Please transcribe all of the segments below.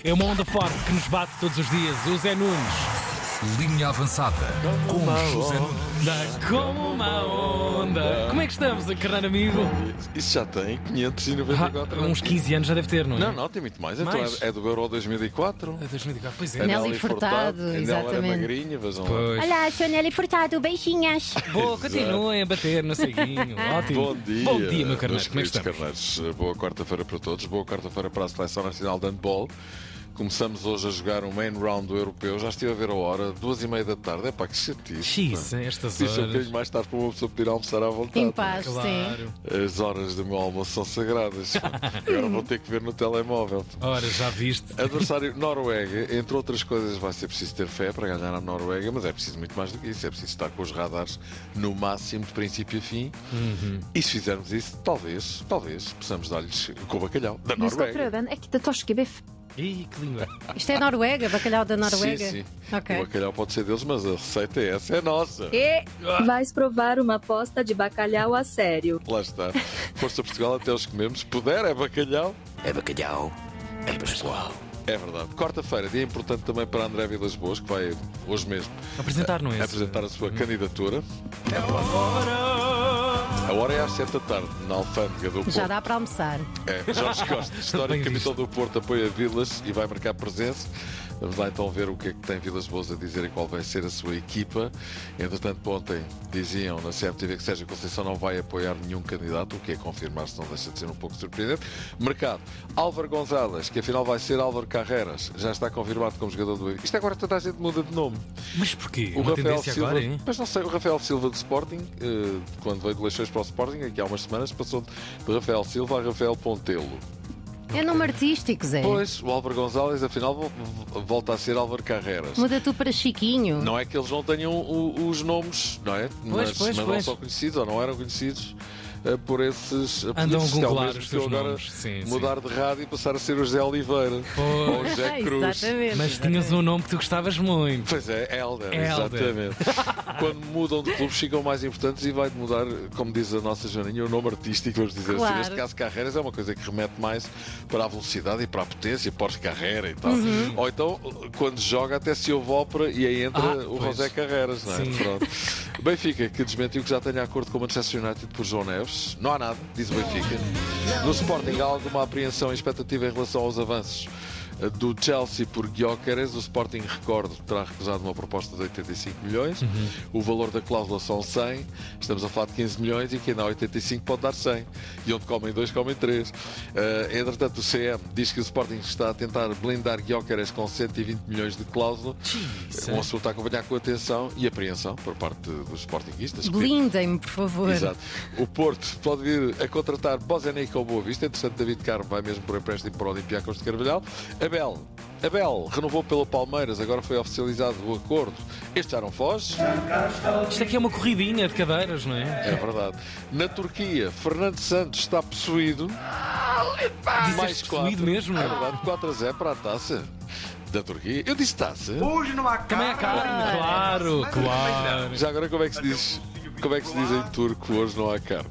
É uma onda forte que nos bate todos os dias. O Zé Nunes. Linha avançada com José Nunes. Como uma onda. Como é que estamos, carnal amigo? Isso já tem 594 anos. Uns 15 anos já deve ter, não é? Não, tem muito mais. Mais? Então é do Euro 2004. É 2004, pois é. A Nelly Furtado, Ela era exatamente. magrinha, vejam lá. Pois. Olá, sou Nelly Furtado, beijinhas. Boa, continuem a bater no ceguinho. Ótimo. Bom dia. Bom dia, meu carnal. Meus Como é que queridos estamos? carneiros. Boa quarta-feira para todos. Boa quarta-feira para a Seleção Nacional de Handball. Começamos hoje a jogar o main round do europeu. Já estive a ver a hora, 2h30 da tarde. É pá, que chatice. X, estas Isso é um horas. bocadinho mais tarde para uma pessoa poder almoçar à vontade. Em paz, sim. Claro. As horas do meu almoço são sagradas. Agora vou ter que ver no telemóvel. Ora, já viste? Adversário Noruega, entre outras coisas, vai ser preciso ter fé para ganhar a Noruega, mas é preciso muito mais do que isso. É preciso estar com os radares no máximo, de princípio a fim. E se fizermos isso, talvez possamos dar-lhes com o bacalhau da Du skal Noruega. prøve en ekte torskebiff. Ih, que língua. Isto é Noruega, bacalhau da Noruega? Sim. Ok. O bacalhau pode ser deles, mas a receita é essa, é nossa. E... Vais provar uma posta de bacalhau a sério. Lá está. Força Portugal, até os comemos. Puder, é bacalhau. É bacalhau, é pessoal. É verdade. Quarta-feira, dia importante também para André Vilas Boas, que vai hoje mesmo Apresentar, não é? apresentar a sua candidatura. A hora é às 7 da tarde, na Alfândega do Porto. Já dá para almoçar. É, Jorge Costa, histórico Bem capitão do Porto, apoia Vilas e vai marcar presença. Vamos lá então ver o que é que tem Vilas Boas a dizer e qual vai ser a sua equipa. Entretanto, ontem diziam na CMTV que Sérgio Conceição não vai apoiar nenhum candidato, o que é confirmar-se, não deixa de ser um pouco surpreendente. Mercado, Álvaro Gonzalez, que afinal vai ser Álvaro Carreras, já está confirmado como jogador do Benfica. Isto agora toda a gente muda de nome. Mas porquê? O Uma Rafael tendência Silva, agora, hein? mas não sei, o Rafael Silva do Sporting, quando veio de Leixões para o Sporting, aqui há umas semanas, passou de Rafael Silva a Rafael Pontelo. É nome artístico, Zé. Pois, o Álvaro Gonzalez, afinal, volta a ser Álvaro Carreras. Muda tu para Chiquinho. Não é que eles não tenham os nomes, não é? Mas não pois. são conhecidos ou não eram conhecidos por esses Andam a apelidos. Isto é o googlar mesmo os que eu seus agora nomes. Sim, mudar de rádio e passar a ser o José Oliveira ou o José Cruz. Exatamente. Mas tinhas um nome que tu gostavas muito. Pois é, Helder, Helder. exatamente. Quando mudam de clubes ficam mais importantes e vai mudar, como diz a nossa Joaninha, o nome artístico, vamos dizer Claro. assim. Neste caso, Carreras é uma coisa que remete mais para a velocidade e para a potência, Porsche Carrera e tal. Ou então, quando joga, até se ouve ópera e aí entra o pois. José Carreras, não é? Sim. Pronto. Benfica, que desmentiu que já tenha acordo com o Manchester United por João Neves. Não há nada, diz o Benfica. No Sporting há alguma apreensão e expectativa em relação aos avanços do Chelsea por Gyökeres. O Sporting, recordo, terá recusado uma proposta de 85 milhões. O valor da cláusula são 100. Estamos a falar de 15 milhões e quem dá 85 pode dar 100. E onde comem 2, comem 3. Entretanto, o CM diz que o Sporting está a tentar blindar Gyökeres com 120 milhões de cláusula. Um assunto a acompanhar com atenção e apreensão por parte dos sportinguistas. Blindem-me, por favor. Exato. O Porto pode vir a contratar Bozenic ao Boa Vista. Entretanto, David Carmo vai mesmo por empréstimo para o Olympiacos de Carvalhal. Abel renovou pelo Palmeiras, agora foi oficializado o acordo. Este já não foge. Isto aqui é uma corridinha de cadeiras, não é? É verdade. Na Turquia, Fernando Santos está possuído. Disseste possuído mesmo? É verdade, 4-0 para a taça da Turquia. Eu disse taça. Também há carne, claro. Já agora como é que se diz? Como é que se diz em turco hoje não há carne?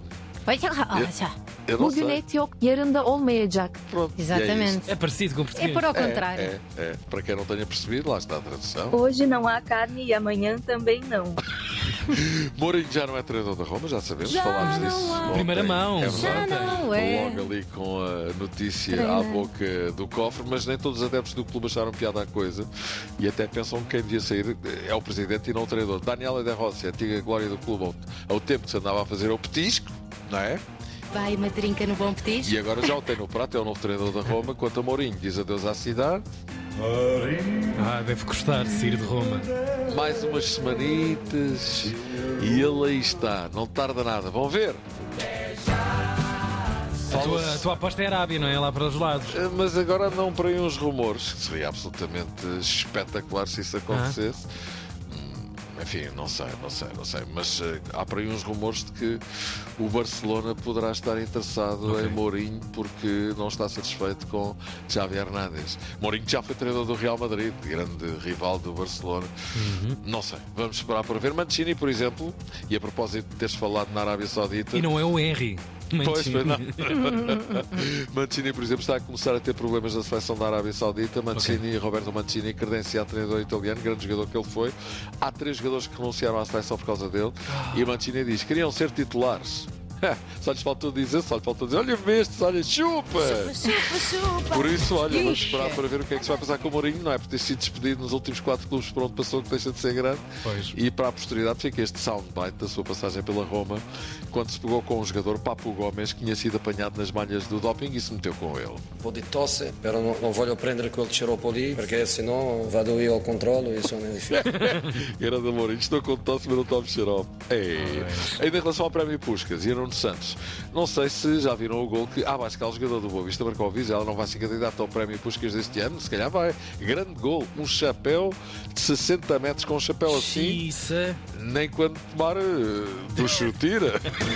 Eu não Bugün sei. et yok, yarın da olmayacak. Pronto. e é Exatamente. isto. É parecido com o É português. por ao contrário. É. Para quem não tenha percebido, lá está a tradução. Hoje não há carne e amanhã também não. Mourinho já não é treinador da Roma, já sabemos, Já falámos não disso. é. ontem. Primeira mão. É Já verdade. não é. Logo ali com a notícia Treina. à boca do cofre, mas nem todos os adeptos do clube acharam piada à coisa e até pensam que quem devia sair é o presidente e não o treinador. Daniela De Rossi, a antiga glória do clube, ao tempo que se andava a fazer o petisco, não é? Vai uma trinca no bom petisco. E agora já o tem no prato, é o novo treinador da Roma. Quanto a Mourinho, diz adeus à cidade. Deve custar sair de Roma. Mais umas semanitas e ele aí está, não tarda nada. Vão ver. A tua aposta é Arábia, não é? Lá para os lados. Mas agora não por aí uns rumores, que seria absolutamente espetacular se isso acontecesse. Enfim, não sei. Mas há por aí uns rumores de que o Barcelona poderá estar interessado em Mourinho porque não está satisfeito com Xavi Hernández. Mourinho já foi treinador do Real Madrid, grande rival do Barcelona. Não sei, vamos esperar para ver. Mancini, por exemplo, e a propósito de teres falado na Arábia Saudita. E não é o Henry. Pois, Mancini. não. Mancini, por exemplo, está a começar a ter problemas na seleção da Arábia Saudita. Mancini, Roberto Mancini, credenciado treinador italiano, grande jogador que ele foi. Há 3 jogadores que renunciaram à seleção por causa dele. E Mancini diz: queriam ser titulares. Só lhes faltou dizer, olha estes, olha, chupa! Por isso, olha, vamos esperar para ver o que é que se vai passar com o Mourinho, não é? Por ter sido despedido nos últimos 4 clubes por onde passou, que deixa de ser grande. Pois. E para a posteridade fica este soundbite da sua passagem pela Roma, quando se pegou com um jogador, Papu Gomes, que tinha sido apanhado nas malhas do doping e se meteu com ele. Un po' di tosse, però non voglio prendere quel sciroppo lì perché sennò vado io al controllo e sono in difficoltà. Grande Mourinho, estou com tosse, mas não tomo xarope. Ainda em relação ao prémio Puskas e Nuno Santos, não sei se já viram o gol que Abascal, o jogador do Boa Vista, marcou o Vizela, não vai ser candidato ao prémio Puskas deste ano, se calhar vai. Grande gol, um chapéu de 60 metros com um chapéu assim, Xiça. nem quando tomar do chutira.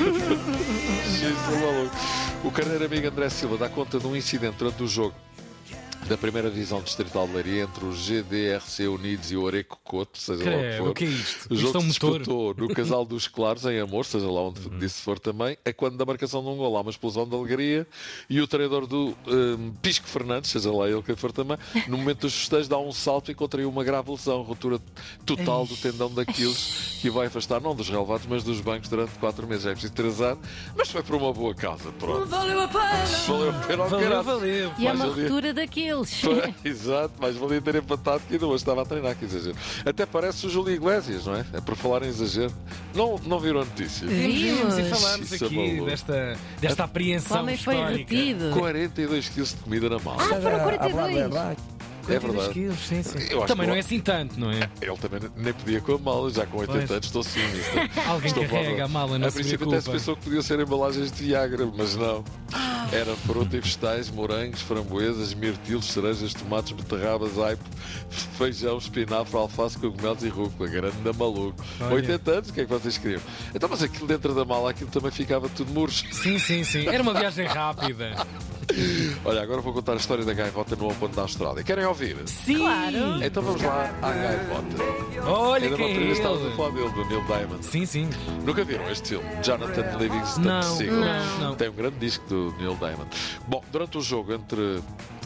O carneiro amigo André Silva dá conta de um incidente durante o jogo da primeira divisão distrital de Leiria entre o GDRC Unidos e o Areco Coto, seja lá o que for. O que é isto? O Isto é jogo um se motor. disputou no Casal dos Claros, em Amor, seja lá onde disso for também, é quando da marcação de um gol há uma explosão de alegria e o treinador do Pisco Fernandes, seja lá ele quem for também, no momento dos festejos dá um salto e contraiu uma grave lesão, ruptura total do tendão daqueles que vai afastar não dos relevados, mas dos bancos durante 4 meses. É preciso 3 anos, mas foi por uma boa causa. Pronto. Valeu a pena ao caralho. Valeu. E é uma Mais valia- ruptura daqueles. Exato, mas valia ter empatado que ainda hoje estava a treinar, que exagero. Até parece o Júlio Iglesias, não é? É por falar em exagero. Não viram a notícia? Vimos e Vimos. falámos Isso é aqui maluco. desta O apreensão homem foi histórica. retido. 42 quilos de comida na mala. Foram 42. É verdade. Quilos, sim, sim. Eu acho Também que não é assim tanto, não é? Ele também nem podia com a mala, já com 80 Pois. anos estou sinistro. Alguém Estou carrega a mala, não A se princípio até se preocupa. pensou que podiam ser embalagens de Viagra, mas não. Era fruta e vegetais, morangos, framboesas, mirtilos, cerejas, tomates, beterrabas, aipo, feijão, espinafre, alface, cogumelos e rúcula. Grande da maluco. Olha. 80 anos, o que é que vocês queriam? Então, mas aquilo dentro da mala, aquilo também ficava tudo murcho. Sim, sim, sim. Era uma viagem rápida. Olha, agora vou contar a história da gaivota no Open da Austrália. Querem ouvir? Sim! Claro. Então vamos lá à gaivota. Olha Ainda quem não é outra vez estávamos a ele. falar dele, do Neil Diamond. Sim, sim. Nunca viram este filme? Jonathan Livingston Não, Seagull. não. Tem um grande disco do Neil Diamond. Bom, durante o jogo entre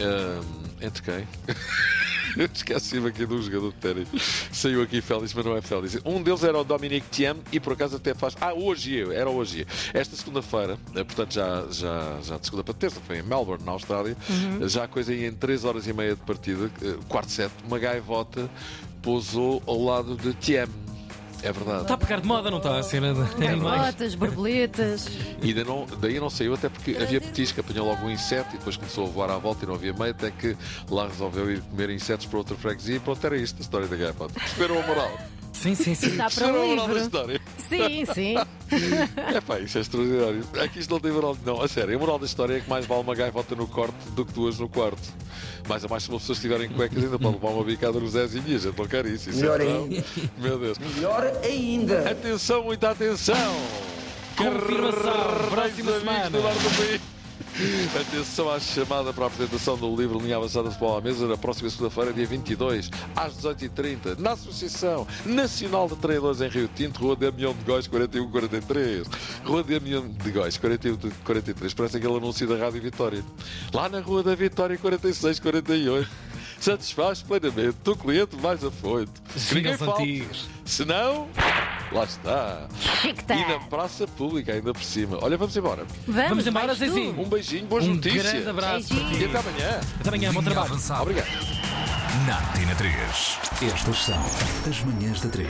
quem? Eu esqueci-me aqui de um jogador de ténis. Saiu aqui Félix, mas não é Félix. Um deles era o Dominique Thiem e por acaso até faz. Hoje era hoje. Esta segunda-feira, portanto já de segunda para terça, foi em Melbourne, na Austrália. Já a coisa ia em 3 horas e meia de partida, quarto set, uma gaivota pousou ao lado de Thiem. É verdade. Está a pegar de moda, não está? A cena de animais. Gaivotas, borboletas. E daí não saiu, até porque havia petisco, apanhou logo um inseto e depois começou a voar à volta e não havia meio, até que lá resolveu ir comer insetos para outra freguesia e pronto, era isto a história da gaivota. Perceberam a moral? Sim, sim, sim. Está para Perceberam a um moral da livro. história? Sim, sim. É pá, isso é extraordinário. Aqui isto não tem moral. Não, a sério, a moral da história é que mais vale uma gaivota no corte do que 2 no quarto. Mais a mais se uma pessoa estiver em cuecas ainda pode levar uma bicada no Zezinho e a gente não quer isso. Melhor é ainda. Meu Deus. Melhor ainda. Atenção, muita atenção! Confirmação, próxima Carreiros semana. amigos do norte do país. Atenção à chamada para a apresentação do livro Linha Avançada de Futebol à Mesa na próxima segunda-feira, dia 22, às 18h30, na Associação Nacional de Treinadores em Rio Tinto, Rua Damião de Góis, 4143. Rua Damião de Góis, 4143. Parece aquele anúncio da Rádio Vitória. Lá na Rua da Vitória, 4648. Satisfaz plenamente o cliente mais afoito. Ninguém Giros falte. antigos. Se não, lá está. Chique-tá. E na praça pública, ainda por cima. Olha, vamos embora. Vamos embora, vais tu. Zezinho. Um beijinho, boas Um notícias. grande abraço para E ti. até amanhã. Até amanhã, bom Linha trabalho. avançada. Obrigado. Na Antena 3. Estas são as manhãs da 3.